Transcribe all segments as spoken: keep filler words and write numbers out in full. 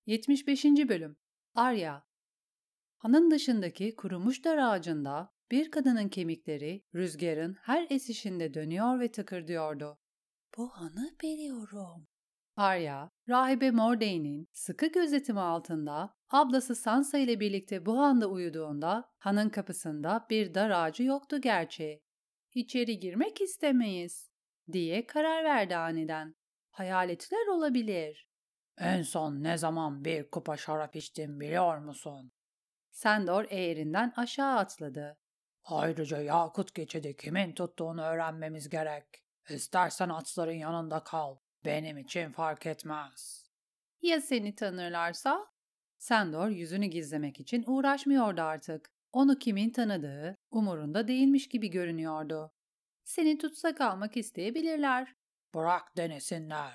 yetmiş beşinci. Bölüm. Arya. Hanın dışındaki kurumuş dar ağacında bir kadının kemikleri rüzgarın her esişinde dönüyor ve tıkırdıyordu. "Bu hanı biliyorum." Arya, rahibe Mordaine'in sıkı gözetimi altında ablası Sansa ile birlikte bu handa uyuduğunda hanın kapısında bir dar ağacı yoktu gerçi. "İçeri girmek istemeyiz," diye karar verdi aniden. "Hayaletler olabilir." "En son ne zaman bir kupa şarap içtim biliyor musun?" Sandor eğerinden aşağı atladı. "Ayrıca Yakut geçidi kimin tuttuğunu öğrenmemiz gerek. İstersen atların yanında kal. Benim için fark etmez." "Ya seni tanırlarsa?" Sandor yüzünü gizlemek için uğraşmıyordu artık. Onu kimin tanıdığı umurunda değilmiş gibi görünüyordu. "Seni tutsak almak isteyebilirler." "Bırak denesinler."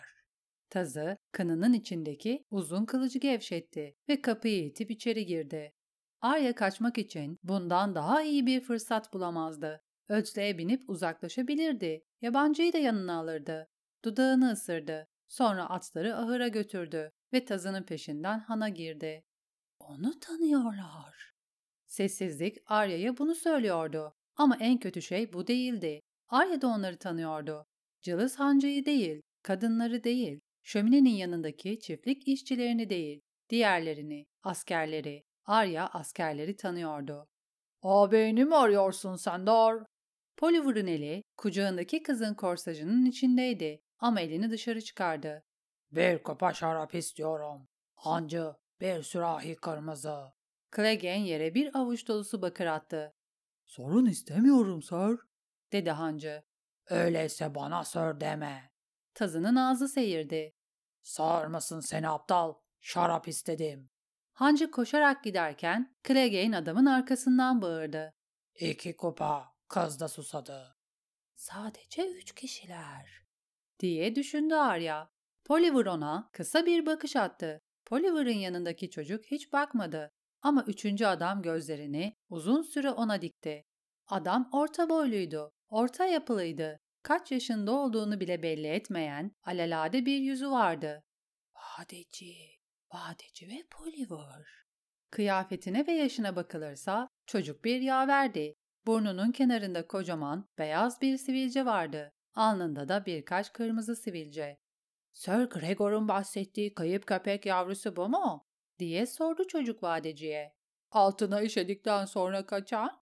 Tazı, kınının içindeki uzun kılıcı gevşetti ve kapıyı itip içeri girdi. Arya kaçmak için bundan daha iyi bir fırsat bulamazdı. Öcle'ye binip uzaklaşabilirdi. Yabancıyı da yanına alırdı. Dudağını ısırdı. Sonra atları ahıra götürdü ve Tazı'nın peşinden hana girdi. "Onu tanıyorlar." Sessizlik Arya'ya bunu söylüyordu. Ama en kötü şey bu değildi. Arya da onları tanıyordu. Cılız hancıyı değil, kadınları değil, şöminenin yanındaki çiftlik işçilerini değil, diğerlerini, askerleri. Arya askerleri tanıyordu. "Ağabeyini mi arıyorsun Sandor?" Polyvur'un eli kucağındaki kızın korsajının içindeydi ama elini dışarı çıkardı. "Bir kupa şarap istiyorum. Hancı, bir sürahi kırmızı." Clegane yere bir avuç dolusu bakır attı. "Sorun istemiyorum sir." dedi hancı. "Öyleyse bana sir deme." Tazının ağzı seyirdi. "Sağır mısın seni aptal? Şarap istedim." Hancı koşarak giderken Clegane adamın arkasından bağırdı. "İki kupa, kız da susadı." "Sadece üç kişiler," diye düşündü Arya. Polyvur ona kısa bir bakış attı. Polyvur'un yanındaki çocuk hiç bakmadı. Ama üçüncü adam gözlerini uzun süre ona dikti. Adam orta boyluydu, orta yapılıydı. Kaç yaşında olduğunu bile belli etmeyen alelade bir yüzü vardı. "Vadeci, Vadeci ve Polyvur." Kıyafetine ve yaşına bakılırsa çocuk bir yaverdi. Burnunun kenarında kocaman beyaz bir sivilce vardı. Alnında da birkaç kırmızı sivilce. "Sir Gregor'un bahsettiği kayıp köpek yavrusu bu mu?" diye sordu çocuk vadeciye. "Altına işedikten sonra kaçan?"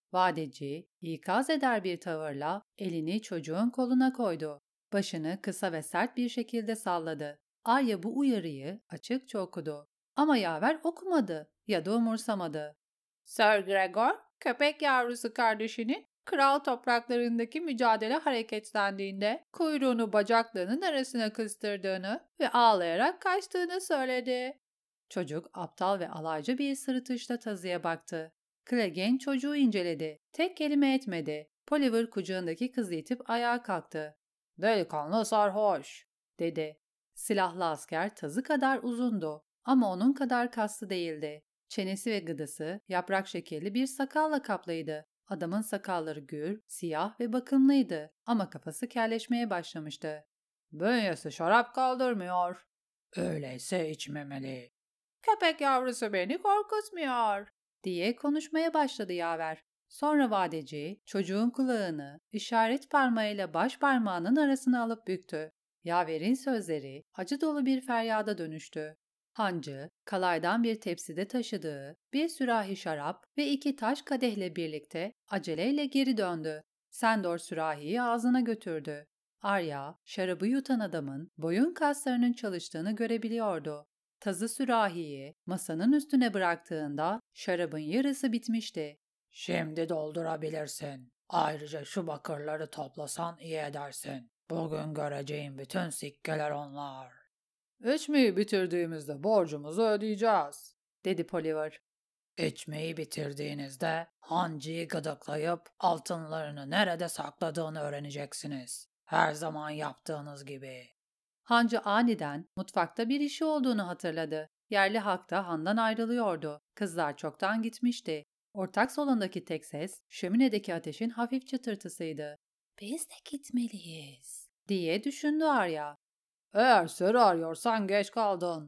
Vadeci ikaz eder bir tavırla elini çocuğun koluna koydu. Başını kısa ve sert bir şekilde salladı. Arya bu uyarıyı açıkça okudu. Ama yaver okumadı ya da umursamadı. "Sir Gregor, köpek yavrusu kardeşinin kral topraklarındaki mücadele hareketlendiğinde kuyruğunu bacaklarının arasına kıstırdığını ve ağlayarak kaçtığını söyledi." Çocuk aptal ve alaycı bir sırıtışla Tazı'ya baktı. Clegane çocuğu inceledi. Tek kelime etmedi. Polyvur kucağındaki kızı itip ayağa kalktı. "Delikanlı sarhoş," dedi. Silahlı asker Tazı kadar uzundu ama onun kadar kaslı değildi. Çenesi ve gıdısı yaprak şekilli bir sakalla kaplıydı. Adamın sakalları gür, siyah ve bakımlıydı ama kafası kelleşmeye başlamıştı. "Bünyesi şarap kaldırmıyor." "Öyleyse içmemeli." "Köpek yavrusu beni korkutmuyor." diye konuşmaya başladı yaver. Sonra vadeci çocuğun kulağını işaret parmağıyla baş parmağının arasına alıp büktü. Yaver'in sözleri acı dolu bir feryada dönüştü. Hancı, kalaydan bir tepside taşıdığı bir sürahi şarap ve iki taş kadehle birlikte aceleyle geri döndü. Sandor sürahiyi ağzına götürdü. Arya, şarabı yutan adamın boyun kaslarının çalıştığını görebiliyordu. Tazı sürahiyi masanın üstüne bıraktığında şarabın yarısı bitmişti. "Şimdi doldurabilirsin. Ayrıca şu bakırları toplasan iyi edersin. Bugün göreceğin bütün sikkeler onlar." "İçmeyi bitirdiğimizde borcumuzu ödeyeceğiz," dedi Polyvur. "İçmeyi bitirdiğinizde hancıyı gıdıklayıp altınlarını nerede sakladığını öğreneceksiniz. Her zaman yaptığınız gibi." Hancı aniden mutfakta bir işi olduğunu hatırladı. Yerli halk da handan ayrılıyordu. Kızlar çoktan gitmişti. Ortak salondaki tek ses şöminedeki ateşin hafif çıtırtısıydı. "Biz de gitmeliyiz," diye düşündü Arya. "Eğer sır arıyorsan geç kaldın,"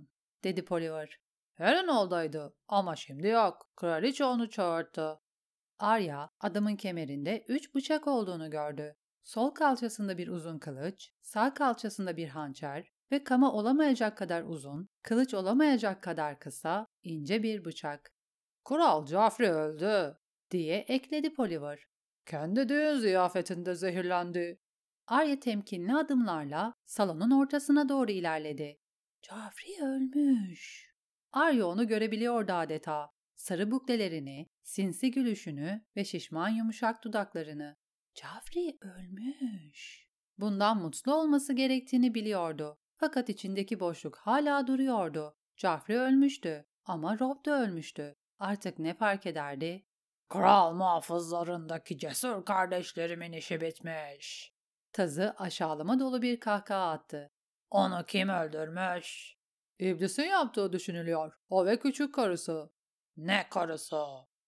dedi Polivar. Heron oldaydı ama şimdi yok. Kraliçe onu çağırdı. Arya, adamın kemerinde üç bıçak olduğunu gördü. Sol kalçasında bir uzun kılıç, sağ kalçasında bir hançer ve kama olamayacak kadar uzun, kılıç olamayacak kadar kısa, ince bir bıçak. Kral Joffrey öldü, diye ekledi Polivar. Kendi düğün ziyafetinde zehirlendi. Arya temkinli adımlarla salonun ortasına doğru ilerledi. Joffrey ölmüş. Arya onu görebiliyordu adeta. Sarı buklelerini, sinsi gülüşünü ve şişman yumuşak dudaklarını. Joffrey ölmüş. Bundan mutlu olması gerektiğini biliyordu. Fakat içindeki boşluk hala duruyordu. Joffrey ölmüştü ama Robb da ölmüştü. Artık ne fark ederdi? Kral muhafızlarındaki cesur kardeşlerimin işi bitmiş. Tazı aşağılama dolu bir kahkaha attı. Onu kim öldürmüş? İblisin yaptığı düşünülüyor. O ve küçük karısı. Ne karısı?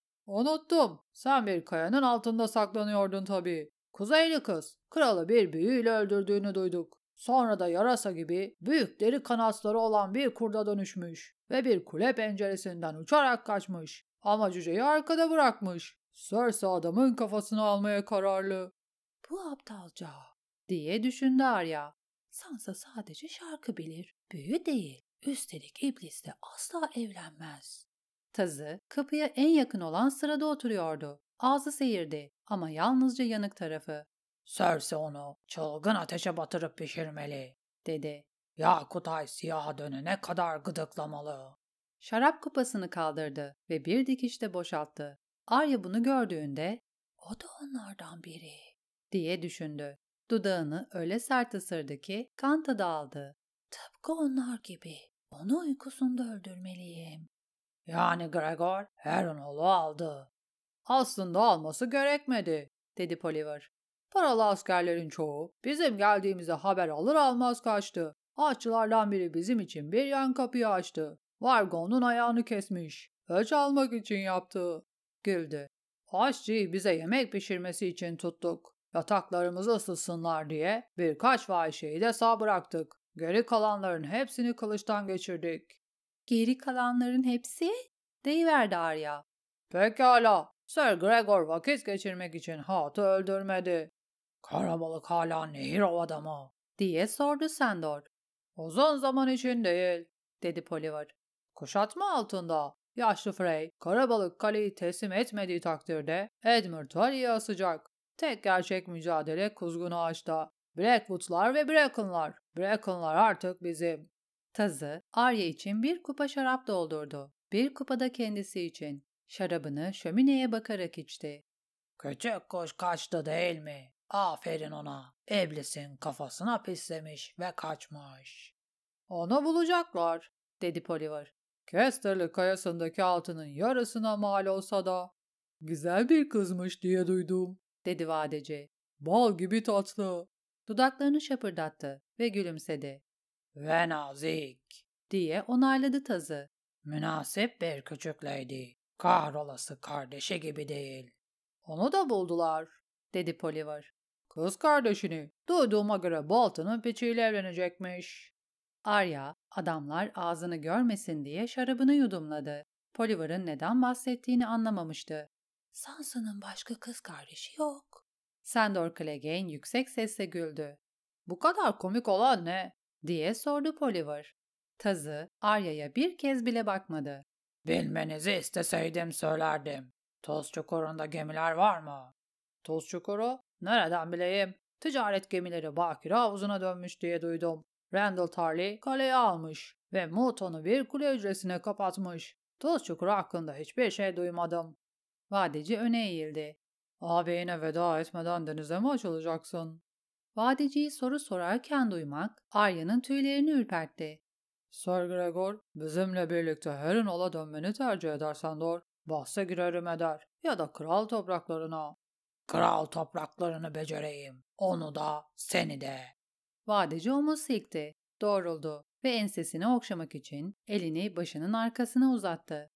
Unuttum. Sen bir kayanın altında saklanıyordun tabii. Kuzeyli kız, kralı bir büyüyle öldürdüğünü duyduk. Sonra da yarasa gibi büyük deri kanatları olan bir kurda dönüşmüş ve bir kule penceresinden uçarak kaçmış. Ama cüceyi arkada bırakmış. Cersei adamın kafasını almaya kararlı. Bu aptalca, diye düşündü Arya. Sansa sadece şarkı bilir, büyü değil. Üstelik iblisle asla evlenmez. Tazı, kapıya en yakın olan sırada oturuyordu. Ağzı seyirdi ama yalnızca yanık tarafı. Cersei onu çılgın ateşe batırıp pişirmeli, dedi. Yakutay siyaha dönene kadar gıdıklamalı. Şarap kupasını kaldırdı ve bir dikişte boşalttı. Arya bunu gördüğünde, o da onlardan biri, diye düşündü. Dudağını öyle sert ısırdı ki kan tadı aldı. Tıpkı onlar gibi. Onu uykusunda öldürmeliyim. Yani Gregor Harrenhal'ı aldı. Aslında alması gerekmedi, dedi Polivar. Paralı askerlerin çoğu bizim geldiğimize haber alır almaz kaçtı. Ağaççılardan biri bizim için bir yan kapıyı açtı. Vargon'un ayağını kesmiş. Öç almak için yaptı. Güldü. Aşçıyı bize yemek pişirmesi için tuttuk. Yataklarımızı ısıtsınlar diye birkaç fahişeyi de sağ bıraktık. Geri kalanların hepsini kılıçtan geçirdik. Geri kalanların hepsi? Deyiverdi Arya. Pekala. Sir Gregor vakit geçirmek için Hat'ı öldürmedi. Karabalık hala nehir ovada mı? Diye sordu Sandor. Uzun zaman için değil, dedi Polivar. Kuşatma altında. Yaşlı Frey, Karabalık kaleyi teslim etmediği takdirde Edmure Tully'yi asacak. Tek gerçek mücadele Kuzgun Ağaç'ta. Blackwood'lar ve Bracken'lar. Bracken'lar artık bizim. Tazı, Arya için bir kupa şarap doldurdu. Bir kupa da kendisi için. Şarabını şömineye bakarak içti. Küçük kuş kaçtı değil mi? Aferin ona. İblisin kafasına pislemiş ve kaçmış. Onu bulacaklar, dedi Polivar. Kesterli kayasındaki altının yarısına mal olsa da. Güzel bir kızmış diye duydum, dedi vadeci. Bal gibi tatlı. Dudaklarını şapırdattı ve gülümsedi. Ve nazik, diye onayladı Tazı. Münasip bir küçük lady. Kahrolası kardeşi gibi değil. Onu da buldular, dedi Polivar. Kız kardeşini duyduğuma göre Bolton'un piçiyle evlenecekmiş. Arya, adamlar ağzını görmesin diye şarabını yudumladı. Polivar'ın neden bahsettiğini anlamamıştı. Sansa'nın başka kız kardeşi yok. Sandor Clegane yüksek sesle güldü. Bu kadar komik olan ne? diye sordu Polivar. Tazı, Arya'ya bir kez bile bakmadı. Bilmenizi isteseydim söylerdim. Toz çukurunda gemiler var mı? Toz çukuru? Nereden bileyim? Ticaret gemileri Bakire havuzuna dönmüş diye duydum. Randall Tarley kaleyi almış ve Muton'u bir kule hücresine kapatmış. Toz çukuru hakkında hiçbir şey duymadım. Vadeci öne eğildi. Ağabeyine veda etmeden denize mi açılacaksın? Vadeciyi soru sorarken duymak Arya'nın tüylerini ürpertti. Sir Gregor, bizimle birlikte Harrenhal'a dönmeni tercih edersen doğru, bahse girerim eder ya da kral topraklarına. Kral topraklarını becereyim, onu da, seni de. Vadeci omuz silkti, doğruldu ve ensesini okşamak için elini başının arkasına uzattı.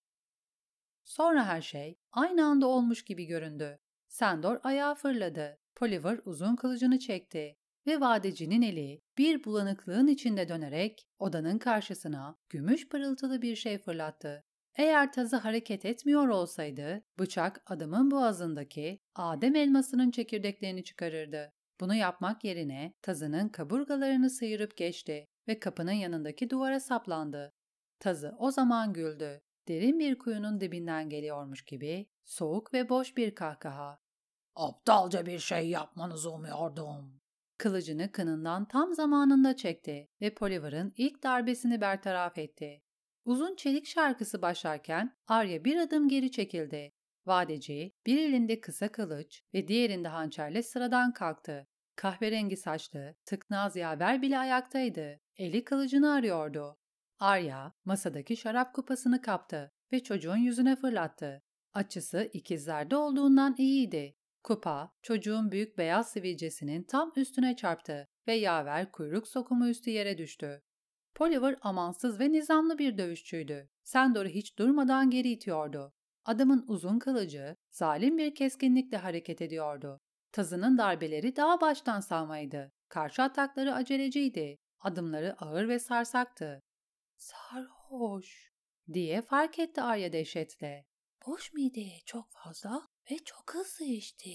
Sonra her şey aynı anda olmuş gibi göründü. Sandor ayağa fırladı. Polivar uzun kılıcını çekti. ve vadecinin eli bir bulanıklığın içinde dönerek odanın karşısına gümüş pırıltılı bir şey fırlattı. Eğer tazı hareket etmiyor olsaydı, bıçak adamın boğazındaki Adem elmasının çekirdeklerini çıkarırdı. Bunu yapmak yerine tazının kaburgalarını sıyırıp geçti ve kapının yanındaki duvara saplandı. Tazı o zaman güldü. Derin bir kuyunun dibinden geliyormuş gibi, soğuk ve boş bir kahkaha. Aptalca bir şey yapmanızı umuyordum. Kılıcını kınından tam zamanında çekti ve Polivar'ın ilk darbesini bertaraf etti. Uzun çelik şarkısı başlarken Arya bir adım geri çekildi. Vadeci bir elinde kısa kılıç ve diğerinde hançerle sıradan kalktı. Kahverengi saçlı, tıknaz yaver bile ayaktaydı. Eli kılıcını arıyordu. Arya masadaki şarap kupasını kaptı ve çocuğun yüzüne fırlattı. Açısı ikizlerde olduğundan iyiydi. Kupa, çocuğun büyük beyaz sivilcesinin tam üstüne çarptı ve yaver kuyruk sokumu üstü yere düştü. Polivar amansız ve nizamlı bir dövüşçüydü. Sandor'u hiç durmadan geri itiyordu. Adamın uzun kılıcı, zalim bir keskinlikle hareket ediyordu. Tazının darbeleri daha baştan savmaydı. Karşı atakları aceleciydi. Adımları ağır ve sarsaktı. "Sarhoş," diye fark etti Arya dehşetle. "Boş mideye çok fazla ve çok hızlı içti."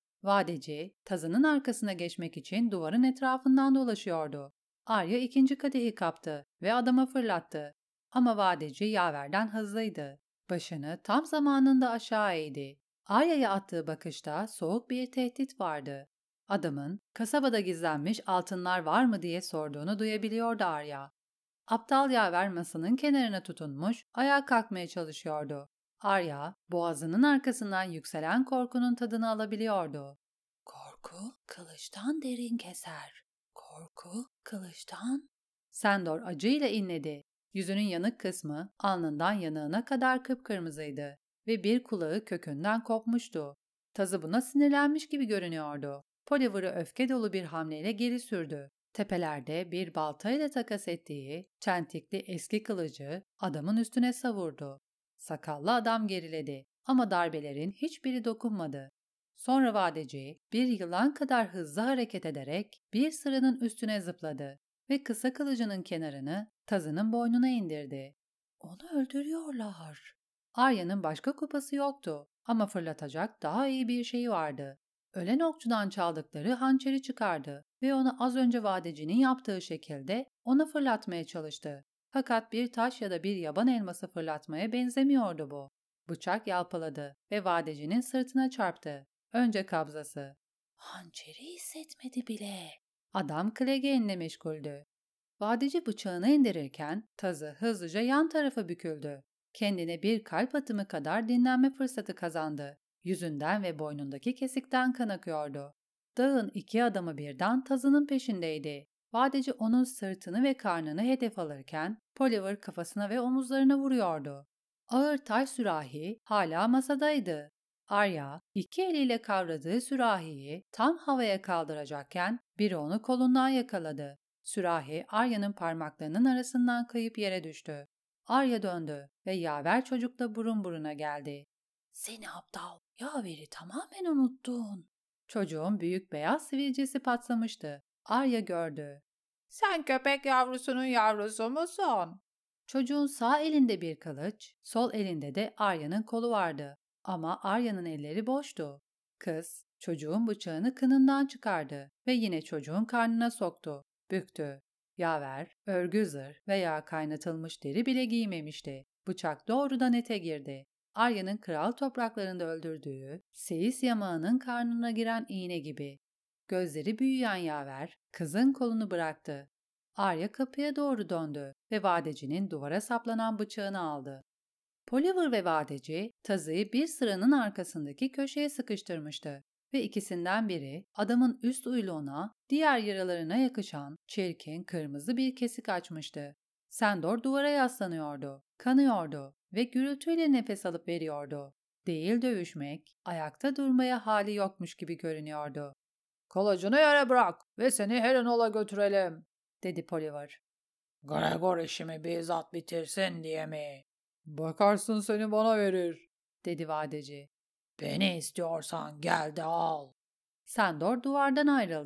Vadeci, tazının arkasına geçmek için duvarın etrafından dolaşıyordu. Arya ikinci kadehi kaptı ve adama fırlattı. Ama vadeci yaverden hızlıydı. Başını tam zamanında aşağı eğdi. Arya'ya attığı bakışta soğuk bir tehdit vardı. Adamın kasabada gizlenmiş altınlar var mı diye sorduğunu duyabiliyordu Arya. Aptal yaver masanın kenarına tutunmuş, ayağa kalkmaya çalışıyordu. Arya, boğazının arkasından yükselen korkunun tadını alabiliyordu. "Korku, kılıçtan derin keser. Korku, kılıçtan..." Sandor acıyla inledi. Yüzünün yanık kısmı alnından yanağına kadar kıpkırmızıydı ve bir kulağı kökünden kopmuştu. Tazı buna sinirlenmiş gibi görünüyordu. Polivar'ı öfke dolu bir hamleyle geri sürdü. Tepelerde bir baltayla takas ettiği çentikli eski kılıcı adamın üstüne savurdu. Sakallı adam geriledi ama darbelerin hiçbiri dokunmadı. Sonra vadeci bir yılan kadar hızlı hareket ederek bir sıranın üstüne zıpladı ve kısa kılıcının kenarını tazının boynuna indirdi. "Onu öldürüyorlar." Arya'nın başka kupası yoktu ama fırlatacak daha iyi bir şeyi vardı. Ölen okçudan çaldıkları hançeri çıkardı ve onu az önce vadecinin yaptığı şekilde ona fırlatmaya çalıştı. Fakat bir taş ya da bir yaban elması fırlatmaya benzemiyordu bu. Bıçak yalpaladı ve vadecinin sırtına çarptı. Önce kabzası. "Hançeri hissetmedi bile." Adam Clegane'le meşguldü. Vadeci bıçağını indirirken tazı hızlıca yan tarafa büküldü. Kendine bir kalp atımı kadar dinlenme fırsatı kazandı. Yüzünden ve boynundaki kesikten kan akıyordu. Dağın iki adamı birden tazının peşindeydi. Vadeci onun sırtını ve karnını hedef alırken Polivar kafasına ve omuzlarına vuruyordu. Ağır taş sürahi hala masadaydı. Arya iki eliyle kavradığı sürahiyi tam havaya kaldıracakken biri onu kolundan yakaladı. Sürahi Arya'nın parmaklarının arasından kayıp yere düştü. Arya döndü ve yaver çocukla burun buruna geldi. "Seni aptal, yaveri tamamen unuttun." Çocuğun büyük beyaz sivilcesi patlamıştı. Arya gördü. "Sen köpek yavrusunun yavrusu musun?" Çocuğun sağ elinde bir kılıç, sol elinde de Arya'nın kolu vardı. Ama Arya'nın elleri boştu. Kız, çocuğun bıçağını kınından çıkardı ve yine çocuğun karnına soktu. Büktü. Yaver, örgü zırh veya kaynatılmış deri bile giymemişti. Bıçak doğrudan ete girdi. Arya'nın kral topraklarında öldürdüğü, seyis yamağının karnına giren iğne gibi. Gözleri büyüyen yaver, kızın kolunu bıraktı. Arya kapıya doğru döndü ve vadecinin duvara saplanan bıçağını aldı. Polivar ve vadeci tazıyı bir sıranın arkasındaki köşeye sıkıştırmıştı ve ikisinden biri adamın üst uyluğuna, diğer yaralarına yakışan çirkin kırmızı bir kesik açmıştı. Sandor duvara yaslanıyordu, kanıyordu ve gürültüyle nefes alıp veriyordu. Değil dövüşmek, ayakta durmaya hali yokmuş gibi görünüyordu. "Kılıcını yere bırak ve seni Harrenhal'a götürelim," dedi Polivar. "Gregor işimi bizzat bitirsin diye mi?" "Bakarsın seni bana verir," dedi vadeci. "Beni istiyorsan gel de al." Sandor duvardan ayrıldı.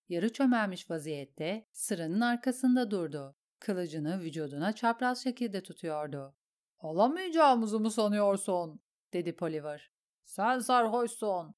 yarı çömelmiş vaziyette sıranın arkasında durdu. Kılıcını vücuduna çapraz şekilde tutuyordu. Alamayacağımızı mı sanıyorsun? dedi Polliver. Sen sarhoşsun.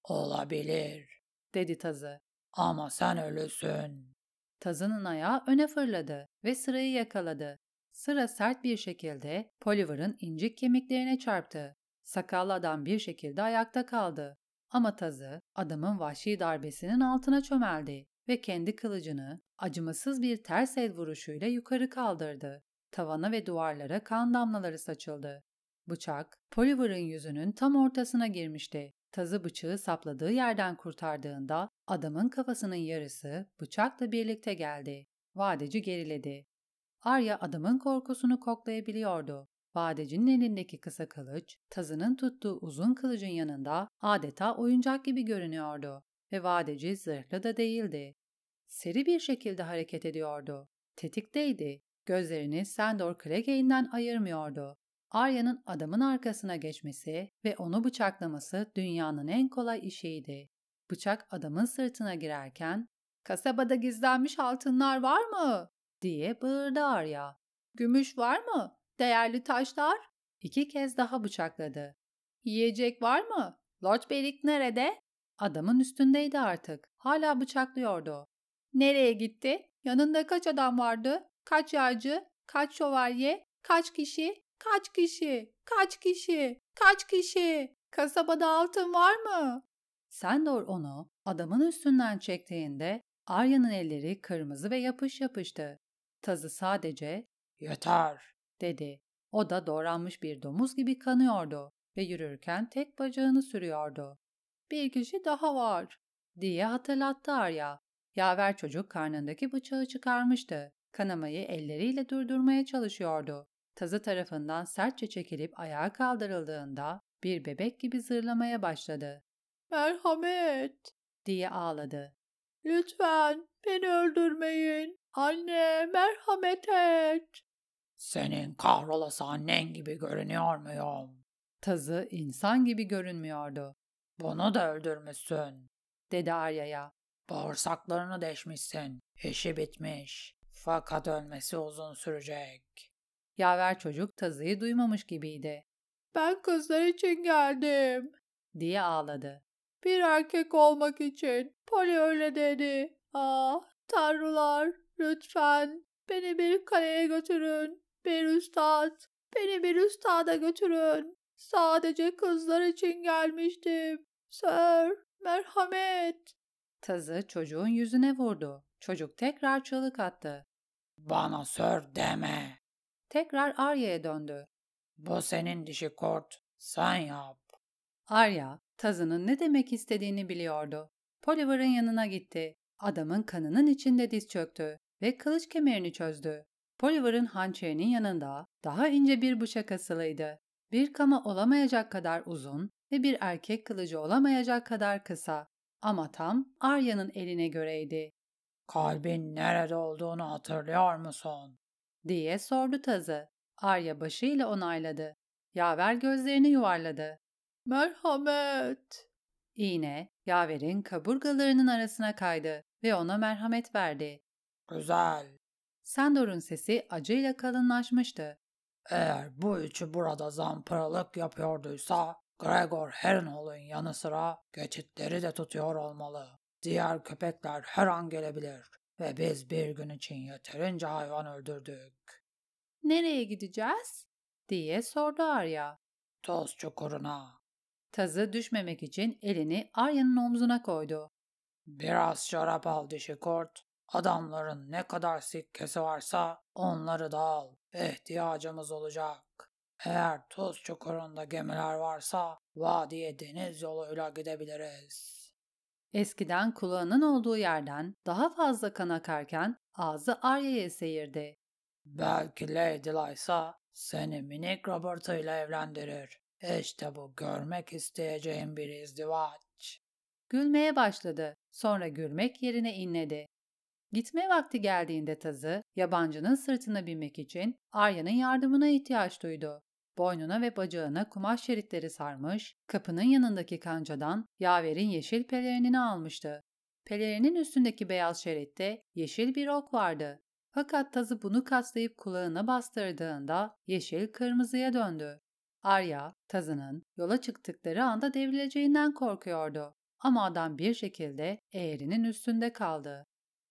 Olabilir, dedi tazı. ama sen ölüsün. Tazının ayağı öne fırladı ve sırayı yakaladı. Sıra sert bir şekilde Polliver'ın incik kemiklerine çarptı. Sakallı adam bir şekilde ayakta kaldı. Ama tazı adamın vahşi darbesinin altına çömeldi ve kendi kılıcını acımasız bir ters el vuruşuyla yukarı kaldırdı. Tavana ve duvarlara kan damlaları saçıldı. Bıçak Polliver'ın yüzünün tam ortasına girmişti. Tazı bıçağı sapladığı yerden kurtardığında adamın kafasının yarısı bıçakla birlikte geldi. Vadeci geriledi. Arya adamın korkusunu koklayabiliyordu. Vadecinin elindeki kısa kılıç, tazının tuttuğu uzun kılıcın yanında adeta oyuncak gibi görünüyordu ve vadeci zırhlı da değildi. Seri bir şekilde hareket ediyordu. Tetikteydi. Gözlerini Sandor Clegane'den ayırmıyordu. Arya'nın adamın arkasına geçmesi ve onu bıçaklaması dünyanın en kolay işiydi. Bıçak adamın sırtına girerken "Kasabada gizlenmiş altınlar var mı?" diye bağırdı Arya. "Gümüş var mı? Değerli taşlar?" İki kez daha bıçakladı. "Yiyecek var mı? Lord Beric nerede?" Adamın üstündeydi artık. Hala bıçaklıyordu. "Nereye gitti? Yanında kaç adam vardı? Kaç yağcı? Kaç şövalye? Kaç kişi? Kaç kişi? Kaç kişi? Kaç kişi? Kasabada altın var mı?" Sandor onu adamın üstünden çektiğinde Arya'nın elleri kırmızı ve yapış yapıştı. Tazı sadece Yeter, dedi. O da doğranmış bir domuz gibi kanıyordu ve yürürken tek bacağını sürüyordu. "Bir kişi daha var," diye hatırlattı Arya. Yaver çocuk karnındaki bıçağı çıkarmıştı. Kanamayı elleriyle durdurmaya çalışıyordu. Tazı tarafından sertçe çekilip ayağa kaldırıldığında bir bebek gibi zırlamaya başladı. "Merhamet!" diye ağladı. "Lütfen beni öldürmeyin. Anne, merhamet et." senin kahrolası annen gibi görünüyor muyum? Tazı insan gibi görünmüyordu, Bunu da öldürmüşsün. dedi Arya'ya. Bağırsaklarını deşmişsin. İşi bitmiş. Fakat ölmesi uzun sürecek. Yaver çocuk Tazı'yı duymamış gibiydi. "Ben kızlar için geldim," diye ağladı. "Bir erkek olmak için. Polly öyle dedi. Ah, tanrılar, lütfen beni bir kaleye götürün. Bir üstad, beni bir üstada götürün. Sadece kızlar için gelmiştim. Sir, merhamet." Tazı çocuğun yüzüne vurdu. Çocuk tekrar çığlık attı. Bana sör deme. Tekrar Arya'ya döndü. Bu senin dişi kurt. Sen yap. Arya, Tazı'nın ne demek istediğini biliyordu. Polliver'ın yanına gitti. Adamın kanının içinde diz çöktü ve kılıç kemerini çözdü. Polliver'ın hançerinin yanında daha ince bir bıçak asılıydı. Bir kama olamayacak kadar uzun ve bir erkek kılıcı olamayacak kadar kısa. Ama tam Arya'nın eline göreydi. Kalbin nerede olduğunu hatırlıyor musun? Diye sordu Tazı. Arya başıyla onayladı. Yaver gözlerini yuvarladı. "Merhamet." İğne, Yaver'in kaburgalarının arasına kaydı ve ona merhamet verdi. Güzel. Sandor'un sesi acıyla kalınlaşmıştı. Eğer bu üçü burada zamparalık yapıyorduysa, Gregor Harrenhal'ın yanı sıra geçitleri de tutuyor olmalı. Diğer köpekler her an gelebilir ve biz bir gün için yeterince hayvan öldürdük. "Nereye gideceğiz?" diye sordu Arya. Toz çukuruna. Tazı düşmemek için elini Arya'nın omzuna koydu. Biraz şarap al dişi kurt. Adamların ne kadar sikkesi varsa onları da al. İhtiyacımız olacak. Eğer tuz çukurunda gemiler varsa vadiye deniz yoluyla gidebiliriz. Eskiden kulağının olduğu yerden daha fazla kan akarken ağzı Arya'ya seyirdi. Belki Lady Lysa seni minik Roberta ile evlendirir. İşte bu görmek isteyeceğim bir izdivaç. Gülmeye başladı. Sonra gülmek yerine inledi. Gitme vakti geldiğinde Tazı, yabancının sırtına binmek için Arya'nın yardımına ihtiyaç duydu. Boynuna ve bacağına kumaş şeritleri sarmış, kapının yanındaki kancadan Yaver'in yeşil pelerinini almıştı. Pelerinin üstündeki beyaz şeritte yeşil bir ok vardı. Fakat tazı bunu kaslayıp kulağına bastırdığında yeşil kırmızıya döndü. Arya, tazının yola çıktıkları anda devrileceğinden korkuyordu. Ama adam bir şekilde eğrinin üstünde kaldı.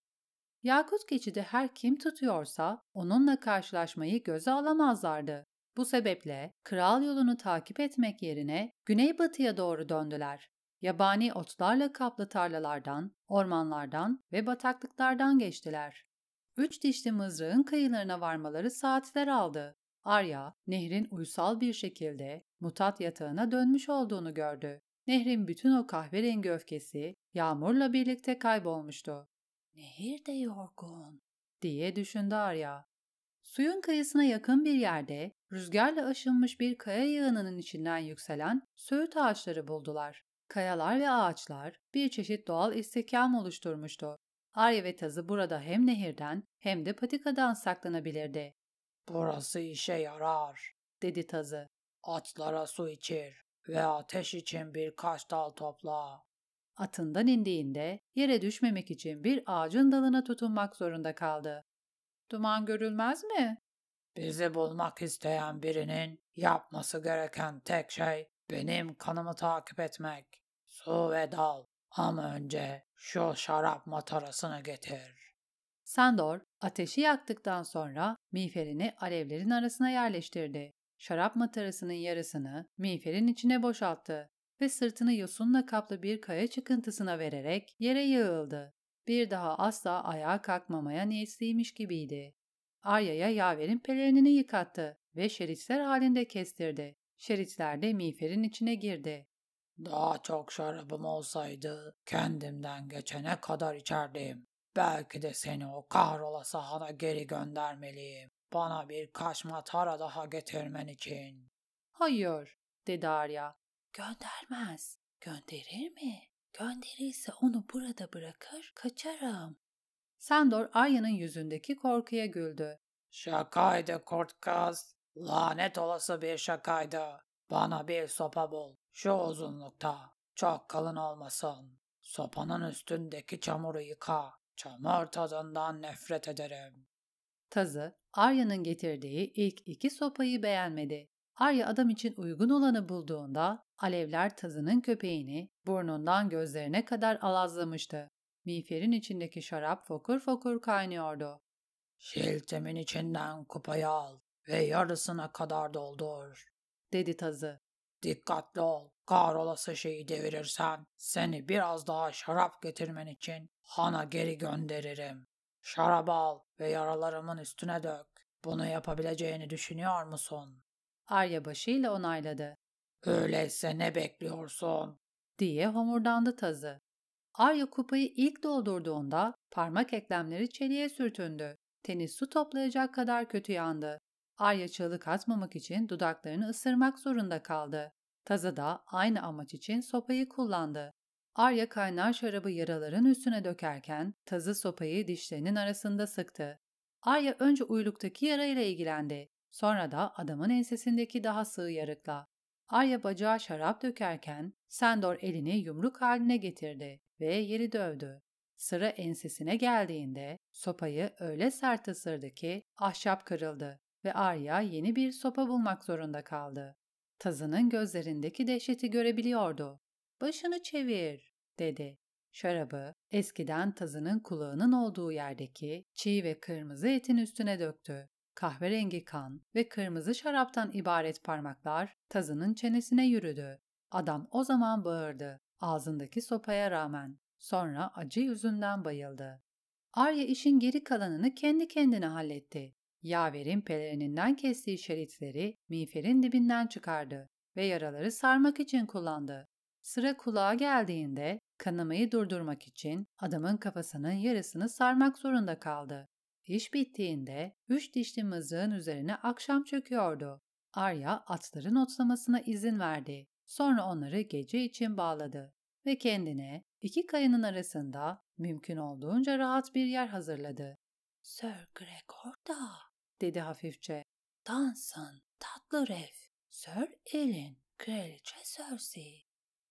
Yakut geçidi her kim tutuyorsa onunla karşılaşmayı göze alamazlardı. Bu sebeple kral yolunu takip etmek yerine güneybatıya doğru döndüler. Yabani otlarla kaplı tarlalardan, ormanlardan ve bataklıklardan geçtiler. Üç dişli mızrağın kıyılarına varmaları saatler aldı. Arya, nehrin uysal bir şekilde mutat yatağına dönmüş olduğunu gördü. Nehrin bütün o kahverengi öfkesi yağmurla birlikte kaybolmuştu. "Nehir de yorgun," diye düşündü Arya. Suyun kıyısına yakın bir yerde rüzgarla aşınmış bir kaya yığınının içinden yükselen söğüt ağaçları buldular. Kayalar ve ağaçlar bir çeşit doğal istihkam oluşturmuştu. Arya ve Tazı burada hem nehirden hem de patikadan saklanabilirdi. "Burası işe yarar," dedi Tazı. "Atlara su içir ve ateş için birkaç dal topla." Atından indiğinde yere düşmemek için bir ağacın dalına tutunmak zorunda kaldı. "Duman görülmez mi?" Bizi bulmak isteyen birinin yapması gereken tek şey benim kanımı takip etmek. Su ve dal. Ama önce şu şarap matarasını getir. Sandor, ateşi yaktıktan sonra miğferini alevlerin arasına yerleştirdi. Şarap matarasının yarısını miğferin içine boşalttı ve sırtını yosunla kaplı bir kaya çıkıntısına vererek yere yığıldı. Bir daha asla ayağa kalkmamaya niyetliymiş gibiydi. Arya'ya yaverin pelerinini yıkattı ve şeritler halinde kestirdi. Şeritler de miğferin içine girdi. Daha çok şarabım olsaydı kendimden geçene kadar içerdim. Belki de seni o kahrolası hana geri göndermeliyim. Bana birkaç matara daha getirmen için. "Hayır," dedi Arya. "Göndermez. Gönderir mi? Gönderirse onu burada bırakır, kaçarım." Sandor Arya'nın yüzündeki korkuya güldü. Şakaydı kurt kız. Lanet olası bir şakaydı. Bana bir sopa bul. Şu uzunlukta. Çok kalın olmasın. Sopanın üstündeki çamuru yıka. Çamur tadından nefret ederim. Tazı, Arya'nın getirdiği ilk iki sopayı beğenmedi. Arya adam için uygun olanı bulduğunda alevler Tazı'nın köpeğini burnundan gözlerine kadar alazlamıştı. Miğferin içindeki şarap fokur fokur kaynıyordu. Şiltemin içinden kupayı al ve yarısına kadar doldur, dedi Tazı. Dikkatli ol. Kahrolası şeyi devirirsen seni biraz daha şarap getirmen için hana geri gönderirim. Şarabı al ve yaralarımın üstüne dök. Bunu yapabileceğini düşünüyor musun? Arya başıyla onayladı. Öyleyse ne bekliyorsun? diye homurdandı Tazı. Arya kupayı ilk doldurduğunda parmak eklemleri çeliğe sürtündü. Teni su toplayacak kadar kötü yandı. Arya çığlık atmamak için dudaklarını ısırmak zorunda kaldı. Tazı da aynı amaç için sopayı kullandı. Arya kaynar şarabı yaraların üstüne dökerken Tazı sopayı dişlerinin arasında sıktı. Arya önce uyluktaki yarayla ilgilendi. Sonra da adamın ensesindeki daha sığ yarıkla. Arya bacağa şarap dökerken Sandor elini yumruk haline getirdi ve yeri dövdü. Sıra ensesine geldiğinde sopayı öyle sert ısırdı ki ahşap kırıldı ve Arya yeni bir sopa bulmak zorunda kaldı. Tazının gözlerindeki dehşeti görebiliyordu. "Başını çevir," dedi. Şarabı eskiden Tazının kulağının olduğu yerdeki çiğ ve kırmızı etin üstüne döktü. Kahverengi kan ve kırmızı şaraptan ibaret parmaklar Tazının çenesine yürüdü. Adam o zaman bağırdı, ağzındaki sopaya rağmen. Sonra acı yüzünden bayıldı. Arya işin geri kalanını kendi kendine halletti. Yaver'in pelerininden kestiği şeritleri miğferin dibinden çıkardı ve yaraları sarmak için kullandı. Sıra kulağa geldiğinde kanamayı durdurmak için adamın kafasının yarısını sarmak zorunda kaldı. İş bittiğinde üç dişli mızrağın üzerine akşam çöküyordu. Arya atların otlamasına izin verdi. Sonra onları gece için bağladı ve kendine iki kayanın arasında mümkün olduğunca rahat bir yer hazırladı. "Sir Gregor da," dedi hafifçe. "Dansın, tatlı ref. Sir Elin, Kraliçe Cersei."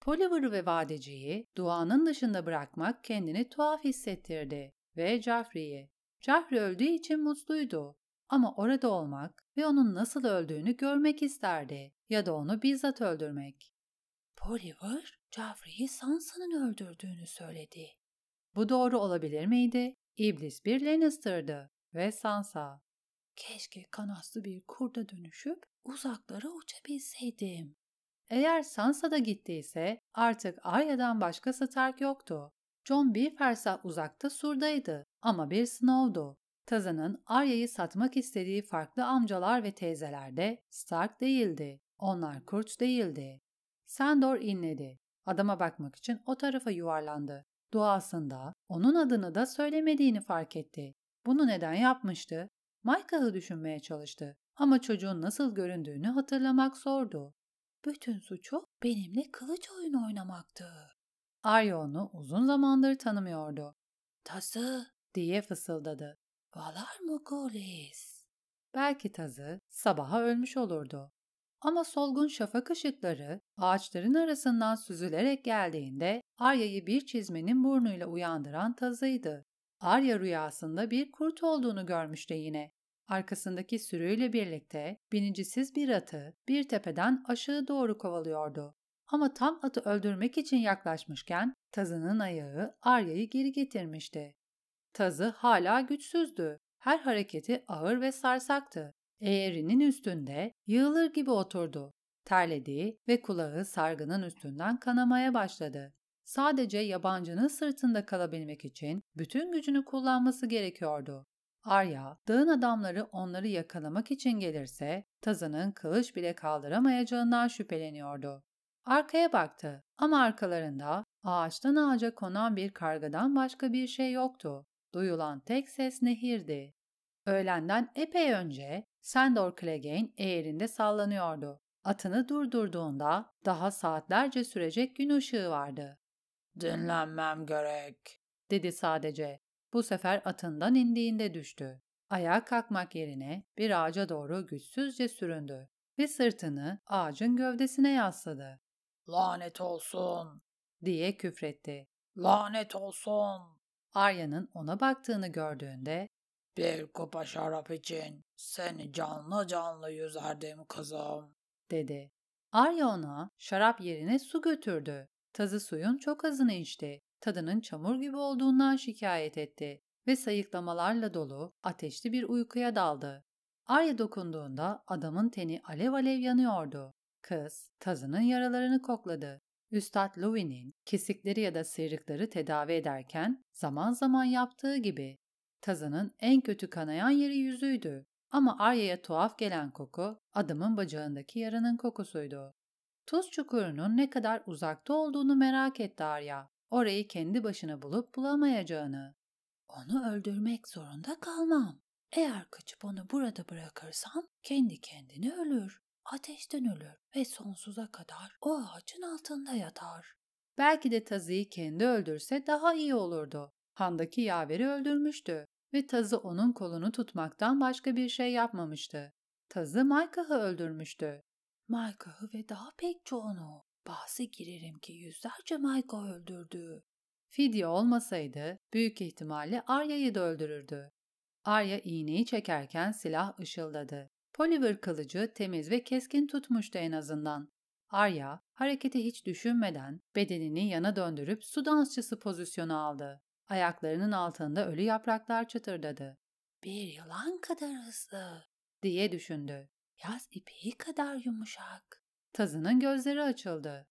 Pollyvır'ı ve vadeciyi doğanın dışında bırakmak kendini tuhaf hissettirdi ve Joffrey'i. Joffrey öldüğü için mutluydu ama orada olmak ve onun nasıl öldüğünü görmek isterdi ya da onu bizzat öldürmek. Pollyvır, Joffrey'i Sansa'nın öldürdüğünü söyledi. Bu doğru olabilir miydi? İblis bir Lannister'dı ve Sansa. Keşke kanatlı bir kurda dönüşüp uzaklara uçabilseydim. Eğer Sansa da gittiyse artık Arya'dan başka Stark yoktu. Jon bir fersah uzakta surdaydı ama bir Snow'du. Taz'ın Arya'yı satmak istediği farklı amcalar ve teyzeler de Stark değildi. Onlar kurt değildi. Sandor inledi. Adama bakmak için o tarafa yuvarlandı. Duasında onun adını da söylemediğini fark etti. Bunu neden yapmıştı? Maikah'ı düşünmeye çalıştı ama çocuğun nasıl göründüğünü hatırlamak zordu. Bütün suçu benimle kılıç oyunu oynamaktı. Arya onu uzun zamandır tanımıyordu. Tazı diye fısıldadı. Valar Morghulis. Belki Tazı sabaha ölmüş olurdu. Ama solgun şafak ışıkları ağaçların arasından süzülerek geldiğinde Arya'yı bir çizmenin burnuyla uyandıran Tazı'ydı. Arya rüyasında bir kurt olduğunu görmüştü yine. Arkasındaki sürüyle birlikte binicisiz bir atı bir tepeden aşağı doğru kovalıyordu. Ama tam atı öldürmek için yaklaşmışken Tazı'nın ayağı Arya'yı geri getirmişti. Tazı hala güçsüzdü. Her hareketi ağır ve sarsaktı. Eğerinin üstünde yığılır gibi oturdu. Terledi ve kulağı sargının üstünden kanamaya başladı. Sadece yabancının sırtında kalabilmek için bütün gücünü kullanması gerekiyordu. Arya, dağın adamları onları yakalamak için gelirse Tazı'nın kılıç bile kaldıramayacağından şüpheleniyordu. Arkaya baktı ama arkalarında ağaçtan ağaca konan bir kargadan başka bir şey yoktu. Duyulan tek ses nehirdi. Öğlenden epey önce Sandor Clegane eğerinde sallanıyordu. Atını durdurduğunda daha saatlerce sürecek gün ışığı vardı. Dinlenmem gerek, dedi sadece. Bu sefer atından indiğinde düştü. Ayağa kalkmak yerine bir ağaca doğru güçsüzce süründü ve sırtını ağacın gövdesine yasladı. Lanet olsun, diye küfretti. lanet olsun. Arya'nın ona baktığını gördüğünde Bir kupa şarap için seni canlı canlı yüzerdim kızım, dedi. Arya ona şarap yerine su götürdü. Tazı suyun çok azını içti. Tadının çamur gibi olduğundan şikayet etti ve sayıklamalarla dolu ateşli bir uykuya daldı. Arya dokunduğunda adamın teni alev alev yanıyordu. Kız Tazı'nın yaralarını kokladı. Üstad Louis'nin kesikleri ya da sıyrıkları tedavi ederken zaman zaman yaptığı gibi. Tazı'nın en kötü kanayan yeri yüzüydü. Ama Arya'ya tuhaf gelen koku adamın bacağındaki yaranın kokusuydu. Tuz çukurunun ne kadar uzakta olduğunu merak etti Arya. Orayı kendi başına bulup bulamayacağını. Onu öldürmek zorunda kalmam. Eğer kaçıp onu burada bırakırsam kendi kendine ölür. Ateşten ölür ve sonsuza kadar o ağacın altında yatar. Belki de Tazı'yı kendi öldürse daha iyi olurdu. Handaki yaveri öldürmüştü ve Tazı onun kolunu tutmaktan başka bir şey yapmamıştı. Tazı Maikah'ı öldürmüştü. Maikah'ı ve daha pek çoğunu. Bahse girerim ki yüzlerce Maikah öldürdü. Fidye olmasaydı büyük ihtimalle Arya'yı da öldürürdü. Arya iğneyi çekerken silah ışıldadı. Polliver kılıcı temiz ve keskin tutmuştu en azından. Arya hareketi hiç düşünmeden bedenini yana döndürüp su dansçısı pozisyonu aldı. Ayaklarının altında ölü yapraklar çıtırdadı. Bir yılan kadar hızlı diye düşündü. Yaz ipeği kadar yumuşak. Tazının gözleri açıldı.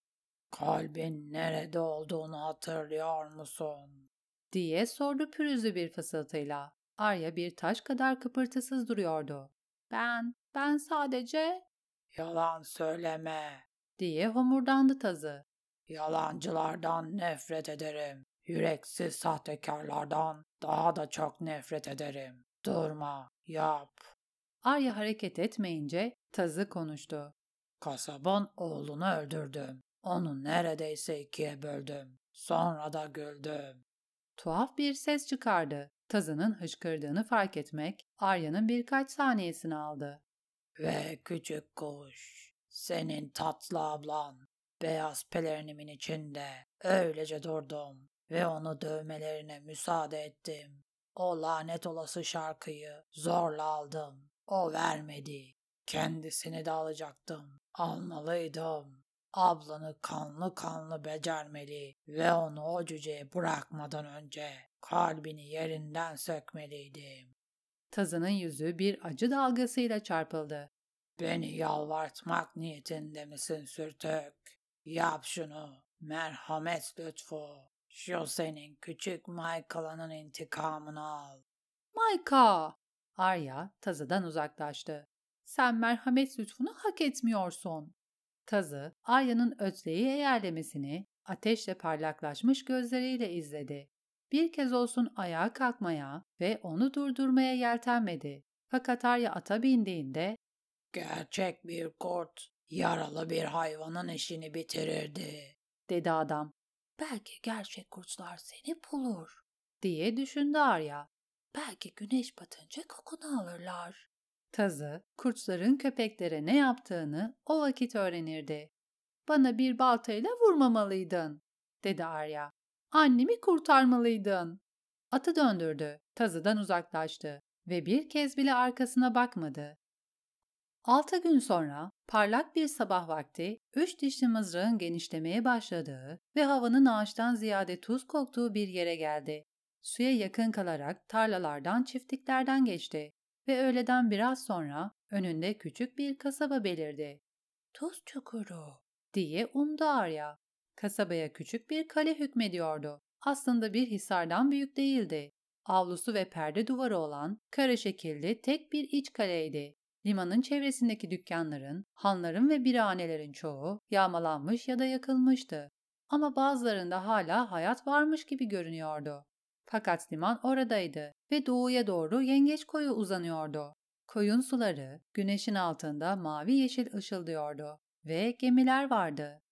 kalbin nerede olduğunu hatırlıyor musun? diye sordu pürüzlü bir fısıltıyla. Arya bir taş kadar kıpırtısız duruyordu. Ben, ben sadece... Yalan söyleme. diye homurdandı Tazı. Yalancılardan nefret ederim. Yüreksiz sahtekarlardan daha da çok nefret ederim. Durma, yap. Arya hareket etmeyince Tazı konuştu. Kasabın oğlunu öldürdüm. Onu neredeyse ikiye böldüm. Sonra da güldüm. Tuhaf bir ses çıkardı. Tazı'nın hıçkırdığını fark etmek Arya'nın birkaç saniyesini aldı. Ve küçük kuş, senin tatlı ablan. Beyaz pelerinimin içinde öylece durdum ve onu dövmelerine müsaade ettim. O lanet olası şarkıyı zorla aldım. O vermedi. Kendisini de alacaktım. Almalıydım. Ablanı kanlı kanlı becermeli ve onu o cüceye bırakmadan önce kalbini yerinden sökmeliydim. Tazının yüzü bir acı dalgasıyla çarpıldı. Beni yalvartmak niyetinde misin sürtük? Yap şunu. Merhamet lütfu. Şu senin küçük Michael'ının intikamını al. Mayka! Arya tazıdan uzaklaştı. Sen merhamet lütfunu hak etmiyorsun. Tazı, Arya'nın ötleği eğerlemesini ateşle parlaklaşmış gözleriyle izledi. Bir kez olsun ayağa kalkmaya ve onu durdurmaya yeltenmedi. Fakat Arya ata bindiğinde Gerçek bir kurt, yaralı bir hayvanın işini bitirirdi. dedi adam. Belki gerçek kurtlar seni bulur diye düşündü Arya. Belki güneş batınca kokunu alırlar. Tazı, kurtların köpeklere ne yaptığını o vakit öğrenirdi. Bana bir baltayla vurmamalıydın, dedi Arya. Annemi kurtarmalıydın. Atı döndürdü, tazıdan uzaklaştı ve bir kez bile arkasına bakmadı. Altı gün sonra parlak bir sabah vakti üç dişli mızrağın genişlemeye başladığı ve havanın ağaçtan ziyade tuz koktuğu bir yere geldi. Suya yakın kalarak tarlalardan, çiftliklerden geçti ve öğleden biraz sonra önünde küçük bir kasaba belirdi. Tuz çukuru diye umdu Arya. Kasabaya küçük bir kale hükmediyordu. Aslında bir hisardan büyük değildi. Avlusu ve perde duvarı olan kare şekilli tek bir iç kaleydi. Limanın çevresindeki dükkanların, hanların ve birhanelerin çoğu yağmalanmış ya da yakılmıştı. Ama bazılarında hala hayat varmış gibi görünüyordu. Fakat liman oradaydı ve doğuya doğru Yengeç Koyu uzanıyordu. Koyun suları güneşin altında mavi yeşil ışıldıyordu ve gemiler vardı.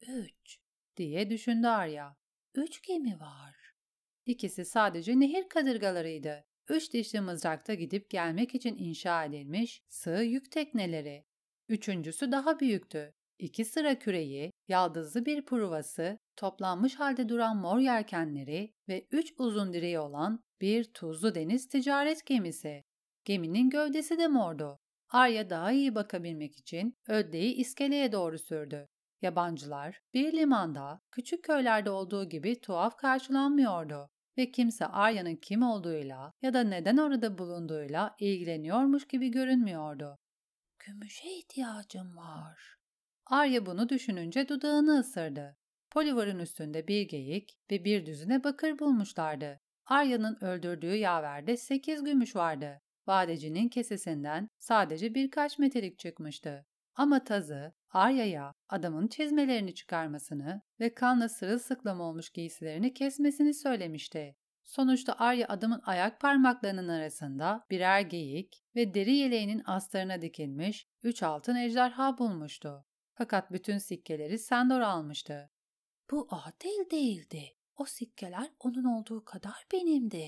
Üç diye düşündü Arya. Üç gemi var. İkisi sadece nehir kadırgalarıydı. Üç dişli mızrakta gidip gelmek için inşa edilmiş sığ yük tekneleri. Üçüncüsü daha büyüktü. İki sıra küreği, yaldızlı bir pruvası, toplanmış halde duran mor yelkenleri ve üç uzun direği olan bir tuzlu deniz ticaret gemisi. Geminin gövdesi de mordu. Arya daha iyi bakabilmek için ödleği iskeleye doğru sürdü. Yabancılar bir limanda, küçük köylerde olduğu gibi tuhaf karşılanmıyordu ve kimse Arya'nın kim olduğuyla ya da neden orada bulunduğuyla ilgileniyormuş gibi görünmüyordu. Gümüşe ihtiyacım var. Arya bunu düşününce dudağını ısırdı. Polivar'ın üstünde bir geyik ve bir düzine bakır bulmuşlardı. Arya'nın öldürdüğü yaverde sekiz gümüş vardı. Vadecinin kesesinden sadece birkaç metrelik çıkmıştı. Ama tazı, Arya'ya adamın çizmelerini çıkarmasını ve kanla sırılsıklam olmuş giysilerini kesmesini söylemişti. Sonuçta Arya adamın ayak parmaklarının arasında birer geyik ve deri yeleğinin astarına dikilmiş üç altın ejderha bulmuştu. Fakat bütün sikkeleri Sandor almıştı. Bu adil değildi. O sikkeler onun olduğu kadar benimdi.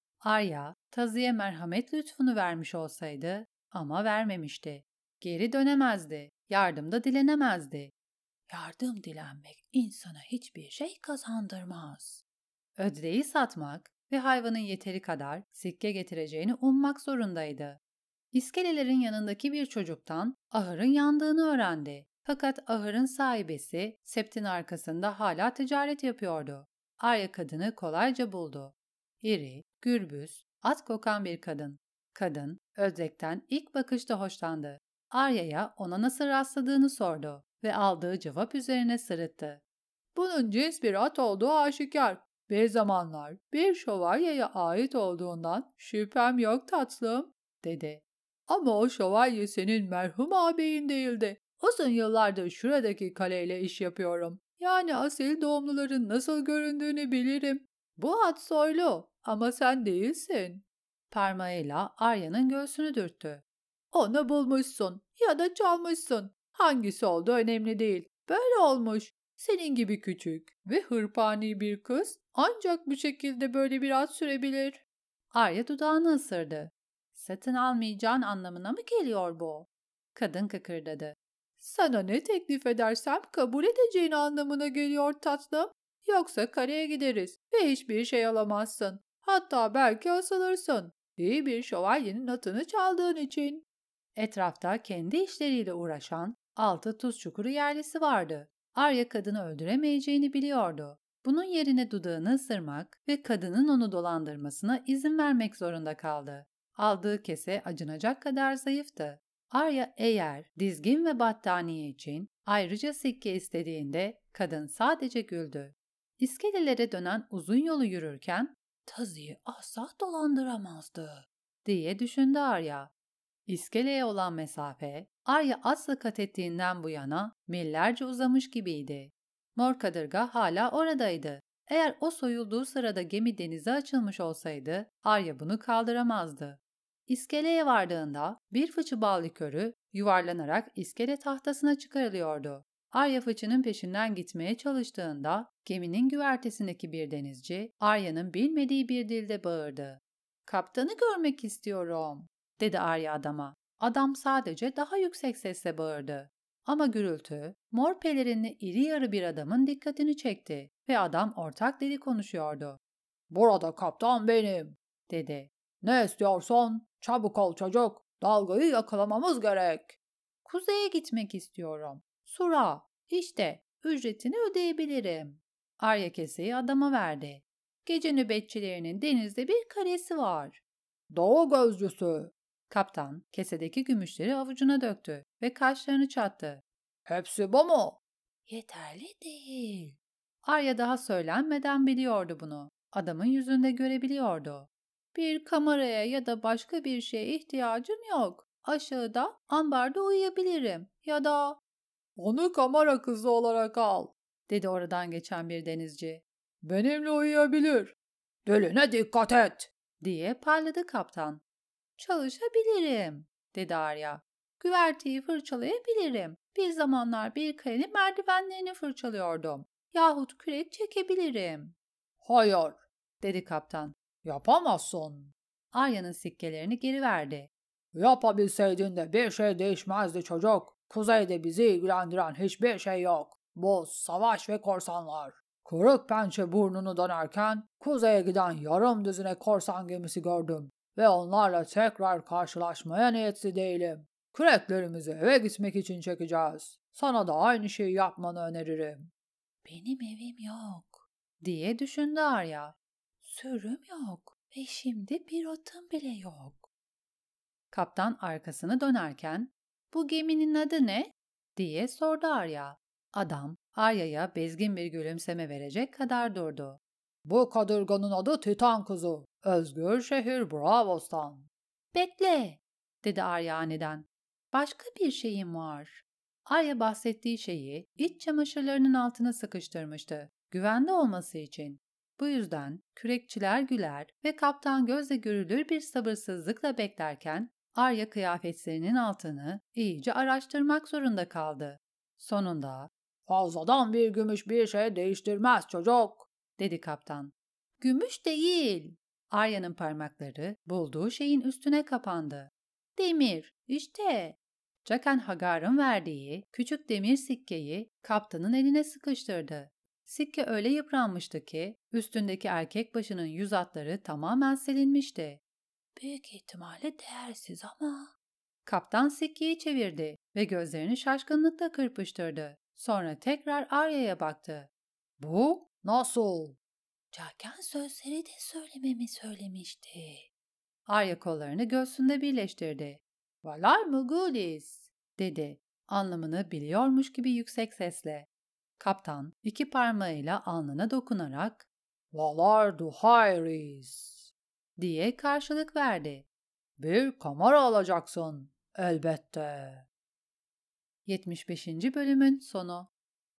Arya, tazıya merhamet lütfunu vermiş olsaydı ama vermemişti. Geri dönemezdi, yardım da dilenemezdi. Yardım dilenmek insana hiçbir şey kazandırmaz. Ödreği satmak ve hayvanın yeteri kadar sikke getireceğini ummak zorundaydı. İskelelerin yanındaki bir çocuktan ahırın yandığını öğrendi. Fakat ahırın sahibesi septin arkasında hala ticaret yapıyordu. Arya kadını kolayca buldu. İri, gürbüz, at kokan bir kadın. Kadın, Ödrek'ten ilk bakışta hoşlandı. Arya'ya ona nasıl rastladığını sordu ve aldığı cevap üzerine sırıttı. Bunun cins bir at olduğu aşikar. Bir zamanlar bir şövalyeye ait olduğundan şüphem yok tatlım, dedi. Ama o şövalye senin merhum ağabeyin değildi. Uzun yıllardır şuradaki kaleyle iş yapıyorum. Yani asil doğumluların nasıl göründüğünü bilirim. Bu at soylu ama sen değilsin. Parmağıyla Arya'nın göğsünü dürttü. Onu bulmuşsun ya da çalmışsın. Hangisi olduğu önemli değil. Böyle olmuş. Senin gibi küçük ve hırpani bir kız ancak bu şekilde böyle bir at sürebilir. Arya dudağını ısırdı. Satın almayacağın anlamına mı geliyor bu? Kadın kıkırdadı. Sana ne teklif edersem kabul edeceğin anlamına geliyor tatlım. Yoksa karaya gideriz ve hiçbir şey alamazsın. Hatta belki asılırsın. İyi bir şövalyenin atını çaldığın için. Etrafta kendi işleriyle uğraşan altı tuz çukuru yerlisi vardı. Arya kadını öldüremeyeceğini biliyordu. Bunun yerine dudağını ısırmak ve kadının onu dolandırmasına izin vermek zorunda kaldı. Aldığı kese acınacak kadar zayıftı. Arya eğer dizgin ve battaniye için ayrıca sikke istediğinde kadın sadece güldü. İskelelere dönen uzun yolu yürürken "Tazı'yı asla dolandıramazdı" diye düşündü Arya. İskeleye olan mesafe, Arya asla kat ettiğinden bu yana millerce uzamış gibiydi. Mor kadırga hala oradaydı. Eğer o soyulduğu sırada gemi denize açılmış olsaydı, Arya bunu kaldıramazdı. İskeleye vardığında bir fıçı bal likörü yuvarlanarak iskele tahtasına çıkarılıyordu. Arya fıçının peşinden gitmeye çalıştığında geminin güvertesindeki bir denizci Arya'nın bilmediği bir dilde bağırdı. "Kaptanı görmek istiyorum," dedi Arya adama. Adam sadece daha yüksek sesle bağırdı. Ama gürültü, mor pelerinli iri yarı bir adamın dikkatini çekti ve adam ortak dili konuşuyordu. "Burada kaptan benim," dedi. "Ne istiyorsun? Çabuk ol çocuk. Dalgayı yakalamamız gerek." "Kuzeye gitmek istiyorum. Sura. İşte ücretini ödeyebilirim." Arya keseyi adama verdi. "Gece nöbetçilerinin denizde bir karesi var." "Doğu gözcüsü." Kaptan kesedeki gümüşleri avucuna döktü ve kaşlarını çattı. "Hepsi bu mu?" "Yeterli değil." Arya daha söylenmeden biliyordu bunu. Adamın yüzünde görebiliyordu. "Bir kameraya ya da başka bir şeye ihtiyacım yok. Aşağıda ambarda uyuyabilirim ya da..." "Onu kamera kızı olarak al," dedi oradan geçen bir denizci. "Benimle uyuyabilir." "Diline dikkat et," diye parladı kaptan. "Çalışabilirim," dedi Arya. "Güverteyi fırçalayabilirim. Bir zamanlar bir kalenin merdivenlerini fırçalıyordum. Yahut kürek çekebilirim." "Hayır," dedi kaptan. "yapamazsın." Arya'nın sikkelerini geri verdi. "Yapabilseydin de bir şey değişmezdi çocuk. Kuzeyde bizi ilgilendiren hiçbir şey yok. Buz, savaş ve korsanlar. Kırık pençe burnunu dönerken kuzeye giden yarım düzine korsan gemisi gördüm. Ve onlarla tekrar karşılaşmaya niyetli değilim. Küreklerimizi eve gitmek için çekeceğiz. Sana da aynı şeyi yapmanı öneririm." "Benim evim yok," diye düşündü Arya. "Sürüm yok ve şimdi bir atım bile yok." Kaptan arkasını dönerken, "Bu geminin adı ne?" diye sordu Arya. Adam, Arya'ya bezgin bir gülümseme verecek kadar durdu. "Bu kadırganın adı Titan Kızı. Özgür şehir Bravos'tan." "Bekle," dedi Arya aniden. "Başka bir şeyim var." Arya bahsettiği şeyi iç çamaşırlarının altına sıkıştırmıştı, güvende olması için. Bu yüzden kürekçiler güler ve kaptan gözle görülür bir sabırsızlıkla beklerken Arya kıyafetlerinin altını iyice araştırmak zorunda kaldı. Sonunda "Fazladan bir gümüş bir şey değiştirmez çocuk," dedi kaptan. "Gümüş değil." Arya'nın parmakları bulduğu şeyin üstüne kapandı. "Demir, işte." Jaqen H'ghar'ın verdiği küçük demir sikkeyi kaptanın eline sıkıştırdı. Sikke öyle yıpranmıştı ki üstündeki erkek başının yüz hatları tamamen silinmişti. "Büyük ihtimalle değersiz ama..." Kaptan sikkeyi çevirdi ve gözlerini şaşkınlıkla kırpıştırdı. Sonra tekrar Arya'ya baktı. "Bu nasıl?" "Jaqen sözleri de söylememi söylemişti." Arya kollarını göğsünde birleştirdi. "Valar Morghulis," dedi. Anlamını biliyormuş gibi yüksek sesle. Kaptan iki parmağıyla alnına dokunarak "Valar Duhairis," diye karşılık verdi. "Bir kamera alacaksın, elbette." yetmiş beşinci bölümün sonu.